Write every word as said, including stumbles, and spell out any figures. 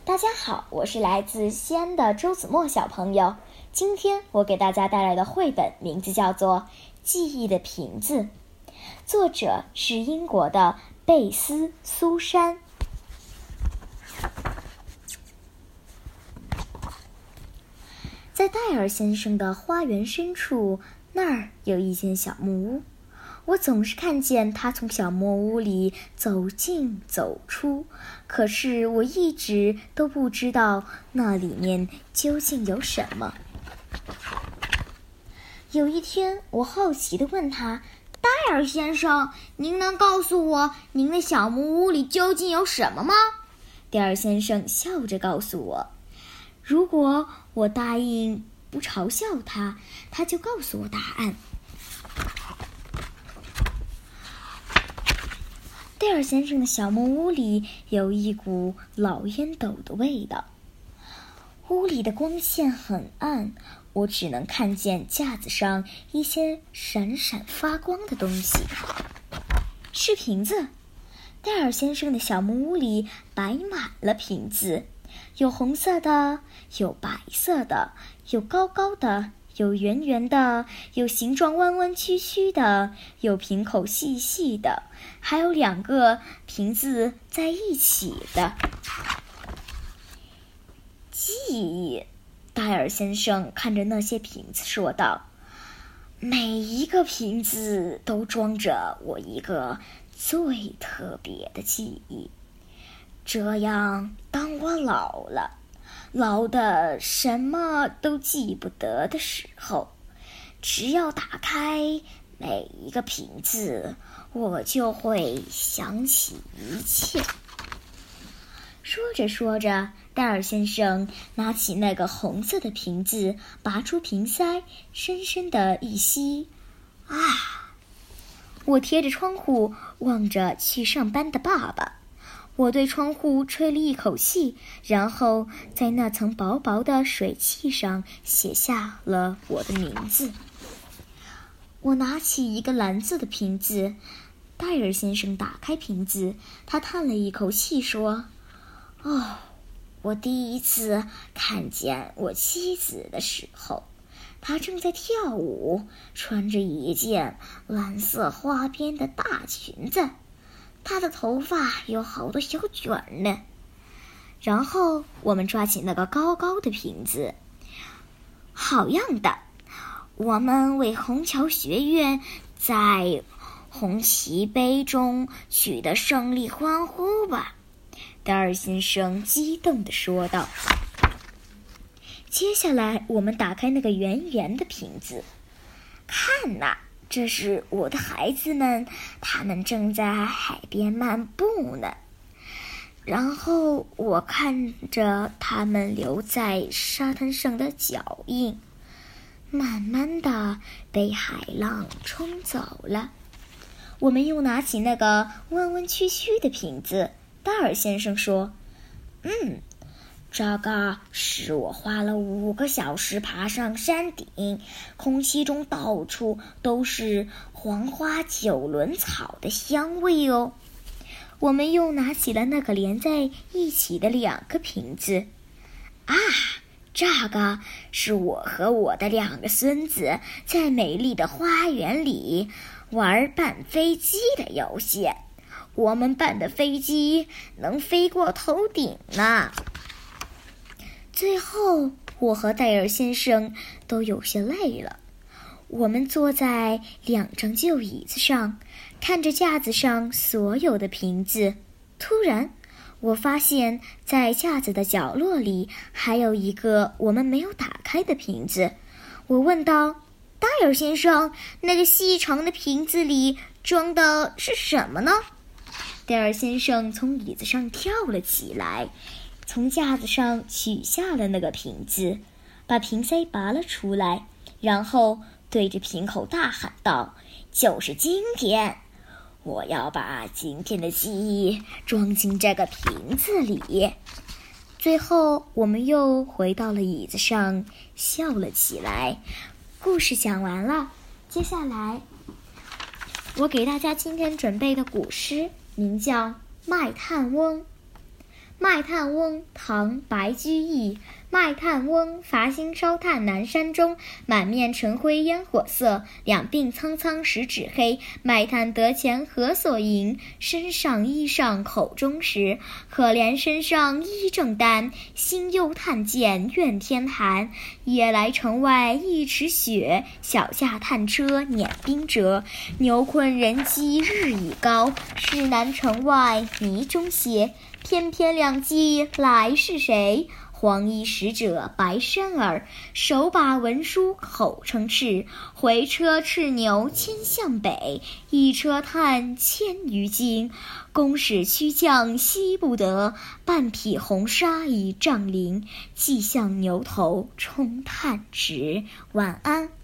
大家好，我是来自西安的周子墨小朋友。今天我给大家带来的绘本名字叫做《记忆的瓶子》，作者是英国的贝斯·苏珊。在戴尔先生的花园深处，那儿有一间小木屋。我总是看见他从小木屋里走进走出，可是我一直都不知道那里面究竟有什么。有一天，我好奇地问他：“戴尔先生，您能告诉我您的小木屋里究竟有什么吗？”戴尔先生笑着告诉我，如果我答应不嘲笑他，他就告诉我答案。戴尔先生的小木屋里有一股老烟斗的味道，屋里的光线很暗，我只能看见架子上一些闪闪发光的东西。是瓶子。戴尔先生的小木屋里摆满了瓶子，有红色的，有白色的，有高高的，有圆圆的，有形状弯弯曲曲的，有瓶口细细的，还有两个瓶子在一起的。记忆，戴尔先生看着那些瓶子说道，每一个瓶子都装着我一个最特别的记忆，这样当我老了老的什么都记不得的时候，只要打开每一个瓶子，我就会想起一切。说着说着，戴尔先生拿起那个红色的瓶子，拔出瓶塞，深深的一吸。啊！我贴着窗户望着去上班的爸爸，我对窗户吹了一口气，然后在那层薄薄的水汽上写下了我的名字。我拿起一个蓝色的瓶子，戴尔先生打开瓶子，他叹了一口气说，哦，我第一次看见我妻子的时候，她正在跳舞，穿着一件蓝色花边的大裙子，她的头发有好多小卷呢。然后我们抓起那个高高的瓶子，好样的，我们为虹桥学院在红旗杯中取得胜利欢呼吧，戴尔先生激动地说道。接下来我们打开那个圆圆的瓶子，看呐，这是我的孩子们，他们正在海边漫步呢。然后我看着他们留在沙滩上的脚印，慢慢地被海浪冲走了。我们又拿起那个弯弯曲曲的瓶子，戴尔先生说，嗯，这个是我花了五个小时爬上山顶，空气中到处都是黄花九轮草的香味哦。我们又拿起了那个连在一起的两个瓶子，啊，这个是我和我的两个孙子在美丽的花园里玩扮飞机的游戏，我们扮的飞机能飞过头顶呢。最后，我和戴尔先生都有些累了，我们坐在两张旧椅子上，看着架子上所有的瓶子。突然，我发现在架子的角落里还有一个我们没有打开的瓶子。我问道，戴尔先生，那个细长的瓶子里装的是什么呢？戴尔先生从椅子上跳了起来，从架子上取下了那个瓶子，把瓶塞拔了出来，然后对着瓶口大喊道，就是今天，我要把今天的记忆装进这个瓶子里。最后我们又回到了椅子上，笑了起来。故事讲完了，接下来我给大家今天准备的古诗名叫《卖炭翁》。 卖炭翁，唐·白居易。卖炭翁，伐薪烧炭南山中。满面尘灰烟火色，两鬓苍苍十指黑。卖炭得钱何所营？身上衣裳口中食。可怜身上衣正单，心忧炭贱怨天寒。夜来城外一尺雪，小驾炭车碾冰辙。牛困人饥日已高，市南城外泥中歇。翩翩两骑来是谁？黄衣使者白衫儿，手把文书口称敕。回车叱牛牵向北，一车炭千余斤。宫使驱将惜不得，半匹红纱已丈绫。系向牛头冲炭直。晚安。